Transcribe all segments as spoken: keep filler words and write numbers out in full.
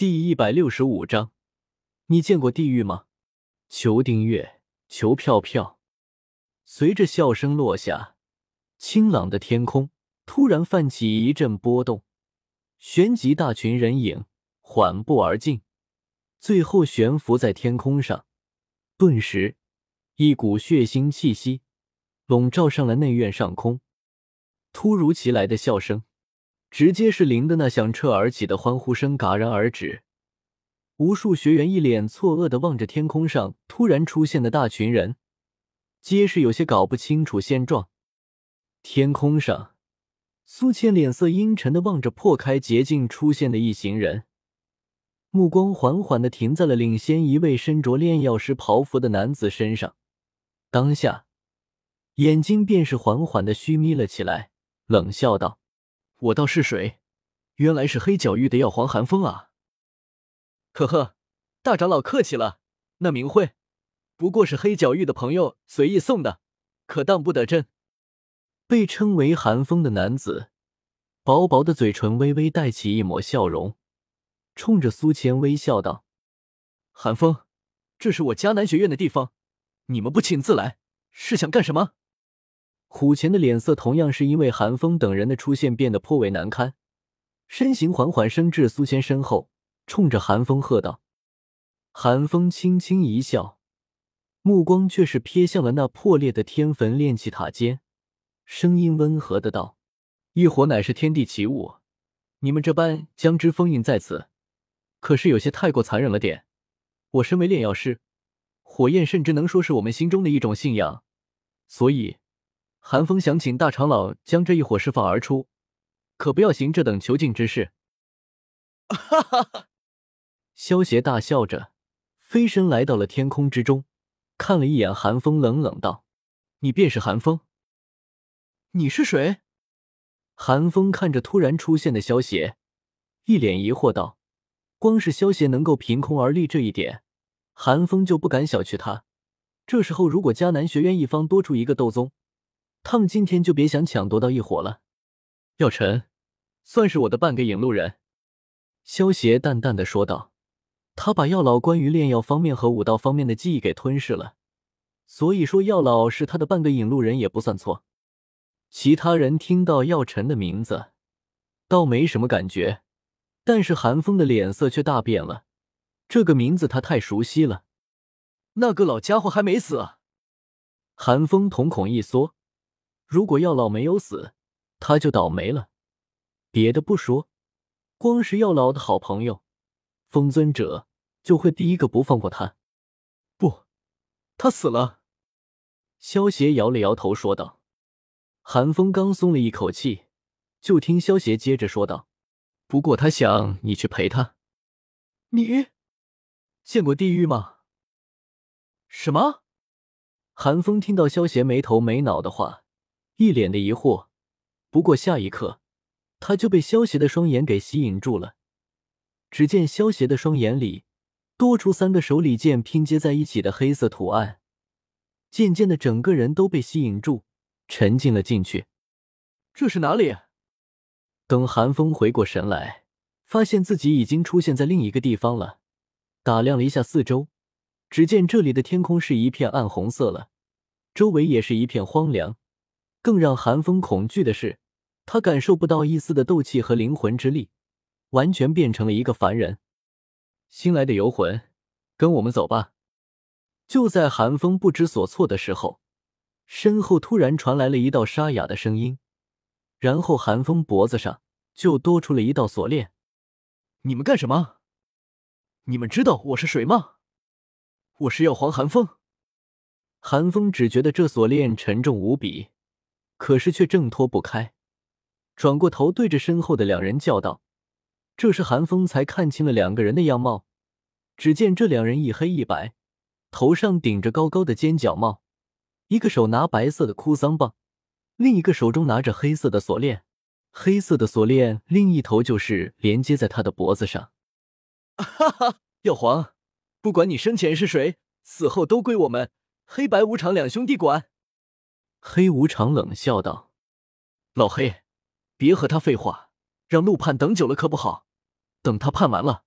第一百六十五章，你见过地狱吗？求订阅，求票票。随着笑声落下，清朗的天空突然泛起一阵波动，旋即大群人影缓步而进，最后悬浮在天空上。顿时，一股血腥气息笼罩上了内院上空。突如其来的笑声直接是令的那响彻而起的欢呼声戛然而止。无数学员一脸错愕地望着天空上突然出现的大群人，皆是有些搞不清楚现状。天空上，苏谦脸色阴沉地望着破开捷径出现的一行人，目光缓缓地停在了领先一位身着炼药师袍服的男子身上。当下，眼睛便是缓缓地虚眯了起来，冷笑道：我道是谁？原来是黑角域的药皇寒风啊！呵呵，大长老客气了，那名讳不过是黑角域的朋友随意送的，可当不得真。被称为寒风的男子，薄薄的嘴唇微微带起一抹笑容，冲着苏谦微笑道：寒风，这是我迦南学院的地方，你们不请自来，是想干什么？虎钳的脸色同样是因为寒风等人的出现变得颇为难堪，身形缓缓升至苏谦身后，冲着寒风喝道。寒风轻轻一笑，目光却是瞥向了那破裂的天坟炼气塔间，声音温和的道：异火乃是天地奇物，你们这般将之封印在此，可是有些太过残忍了点。我身为炼药师，火焰甚至能说是我们心中的一种信仰，所以寒风想请大长老将这一火释放而出，可不要行这等囚禁之事。哈哈哈！萧协大笑着飞身来到了天空之中，看了一眼寒风，冷冷道：你便是寒风？你是谁？寒风看着突然出现的萧协，一脸疑惑道：光是萧协能够凭空而立这一点，寒风就不敢小觑他。这时候如果迦南学院一方多出一个斗宗，他们今天就别想抢夺到一火了。药尘，算是我的半个引路人。萧协淡淡的说道，他把药老关于炼药方面和武道方面的记忆给吞噬了，所以说药老是他的半个引路人也不算错。其他人听到药尘的名字倒没什么感觉，但是寒风的脸色却大变了，这个名字他太熟悉了。那个老家伙还没死啊！寒风瞳孔一缩，如果药老没有死，他就倒霉了。别的不说，光是药老的好朋友风尊者就会第一个不放过他。不，他死了。萧协摇了摇头说道。寒风刚松了一口气，就听萧协接着说道：不过他想你去陪他。你见过地狱吗？什么？寒风听到萧协没头没脑的话，一脸的疑惑，不过下一刻他就被萧协的双眼给吸引住了。只见萧协的双眼里多出三个手里剑拼接在一起的黑色图案，渐渐的整个人都被吸引住，沉浸了进去。这是哪里？等寒风回过神来，发现自己已经出现在另一个地方了，打量了一下四周，只见这里的天空是一片暗红色了，周围也是一片荒凉。更让寒风恐惧的是，他感受不到一丝的斗气和灵魂之力，完全变成了一个凡人。新来的游魂，跟我们走吧。就在寒风不知所措的时候，身后突然传来了一道沙哑的声音，然后寒风脖子上就多出了一道锁链。你们干什么？你们知道我是谁吗？我是药皇寒风。寒风只觉得这锁链沉重无比，可是却挣脱不开，转过头对着身后的两人叫道。这时寒风才看清了两个人的样貌，只见这两人一黑一白，头上顶着高高的尖角帽，一个手拿白色的哭丧棒，另一个手中拿着黑色的锁链，黑色的锁链另一头就是连接在他的脖子上。哈哈，药皇，不管你生前是谁，死后都归我们黑白无常两兄弟管。黑无常冷笑道：老黑，别和他废话，让陆判等久了可不好，等他判完了，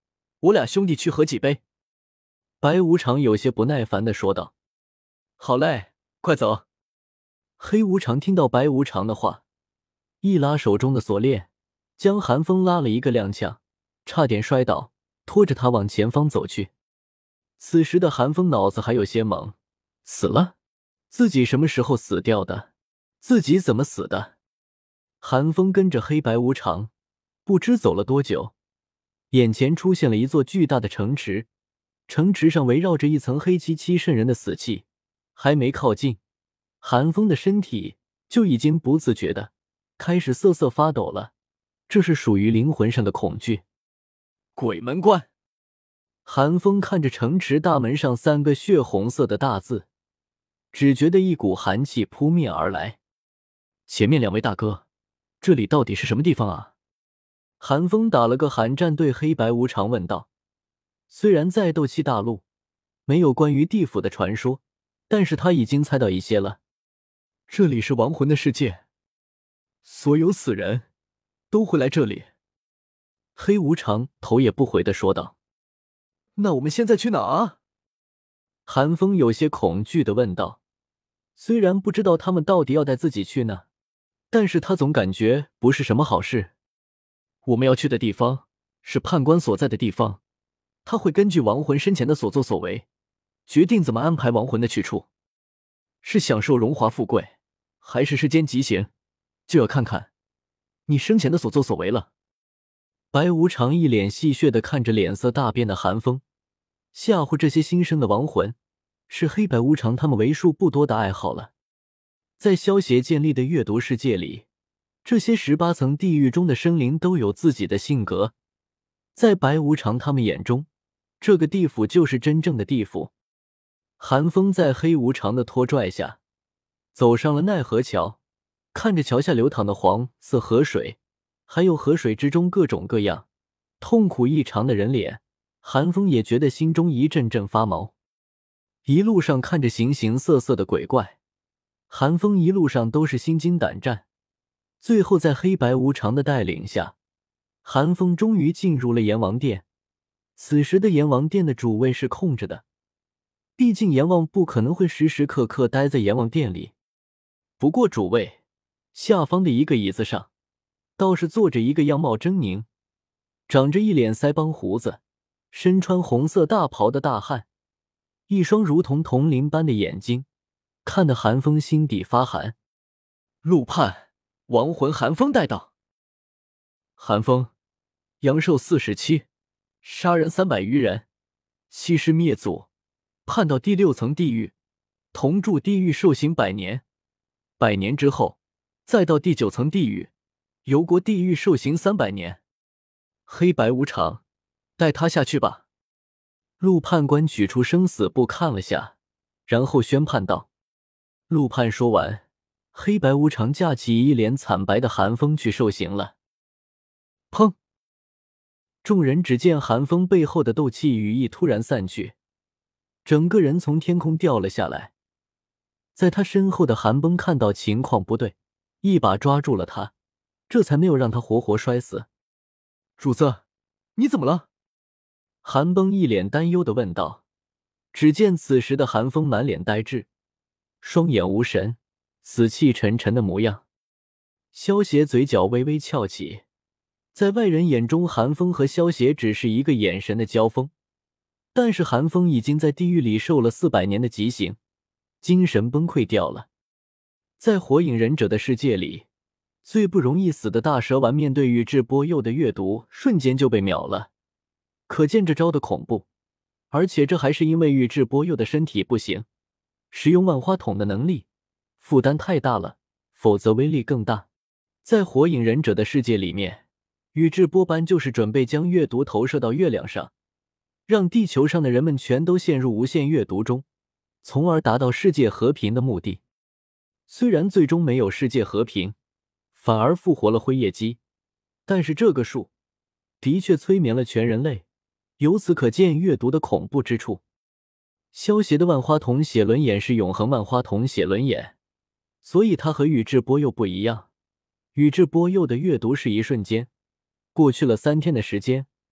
我俩兄弟去喝几杯。 白无常有些不耐烦地说道。 好嘞，快走。 黑无常听到白无常的话，一拉手中的锁链，将韩风拉了一个踉跄，差点摔倒，拖着他往前方走去。此时的韩风脑子还有些懵，死了？自己什么时候死掉的？自己怎么死的？韩风跟着黑白无常，不知走了多久，眼前出现了一座巨大的城池，城池上围绕着一层黑漆漆渗人的死气，还没靠近，韩风的身体就已经不自觉的开始瑟瑟发抖了，这是属于灵魂上的恐惧。 鬼门关。 韩风看着城池大门上三个血红色的大字，只觉得一股寒气扑面而来。 前面两位大哥，这里到底是什么地方啊？ 韩风打了个寒战，对黑白无常问道。虽然在斗气大陆没有关于地府的传说，但是他已经猜到一些了。 这里是亡魂的世界，所有死人都会来这里。 黑无常头也不回地说道。 那我们现在去哪啊？ 韩风有些恐惧地问道。虽然不知道他们到底要带自己去呢，但是他总感觉不是什么好事。 我们要去的地方是判官所在的地方，他会根据亡魂生前的所作所为，决定怎么安排亡魂的去处。是享受荣华富贵，还是世间极刑，就要看看你生前的所作所为了。 白无常一脸戏谑地看着脸色大变的韩风，吓唬这些新生的亡魂，是黑白无常他们为数不多的爱好了。在萧协建立的阅读世界里，这些十八层地狱中的生灵都有自己的性格，在白无常他们眼中，这个地府就是真正的地府。韩风在黑无常的拖拽下走上了奈何桥，看着桥下流淌的黄色河水，还有河水之中各种各样痛苦异常的人脸，韩风也觉得心中一阵阵发毛。一路上看着形形色色的鬼怪，韩风一路上都是心惊胆战。最后在黑白无常的带领下，韩风终于进入了阎王殿。此时的阎王殿的主位是空着的，毕竟阎王不可能会时时刻刻待在阎王殿里。不过主位下方的一个椅子上倒是坐着一个样貌狰狞、长着一脸腮帮胡子、身穿红色大袍的大汉，一双如同铜铃般的眼睛看得韩风心底发寒。 陆判，亡魂韩风带到。韩风，阳寿四十七，杀人三百余人，欺师灭祖，判到第六层地狱，同住地狱受刑百年，百年之后再到第九层地狱，游国地狱受刑三百年。黑白无常，带他下去吧。 陆判官取出生死簿看了下，然后宣判道。陆判说完，黑白无常架起一脸惨白的韩风去受刑了。砰！众人只见韩风背后的斗气羽翼突然散去，整个人从天空掉了下来。在他身后的韩崩看到情况不对，一把抓住了他，这才没有让他活活摔死。 主子，你怎么了？ 韩崩一脸担忧地问道。只见此时的韩风满脸呆滞，双眼无神，死气沉沉的模样。萧协嘴角微微翘起，在外人眼中，韩风和萧协只是一个眼神的交锋，但是韩风已经在地狱里受了四百年的极刑，精神崩溃掉了。在火影忍者的世界里，最不容易死的大蛇丸面对宇智波鼬的阅读，瞬间就被秒了，可见这招的恐怖。而且这还是因为宇智波鼬的身体不行，使用万花筒的能力负担太大了，否则威力更大。在火影忍者的世界里面，宇智波斑就是准备将阅读投射到月亮上，让地球上的人们全都陷入无限阅读中，从而达到世界和平的目的。虽然最终没有世界和平，反而复活了辉夜姬，但是这个术的确催眠了全人类，由此可见阅读的恐怖之处。萧协的万花筒写轮眼是永恒万花筒写轮眼，所以他和宇智波鼬不一样。宇智波鼬的阅读是一瞬间，过去了三天的时间，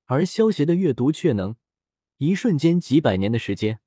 而萧协的阅读却能一瞬间几百年的时间。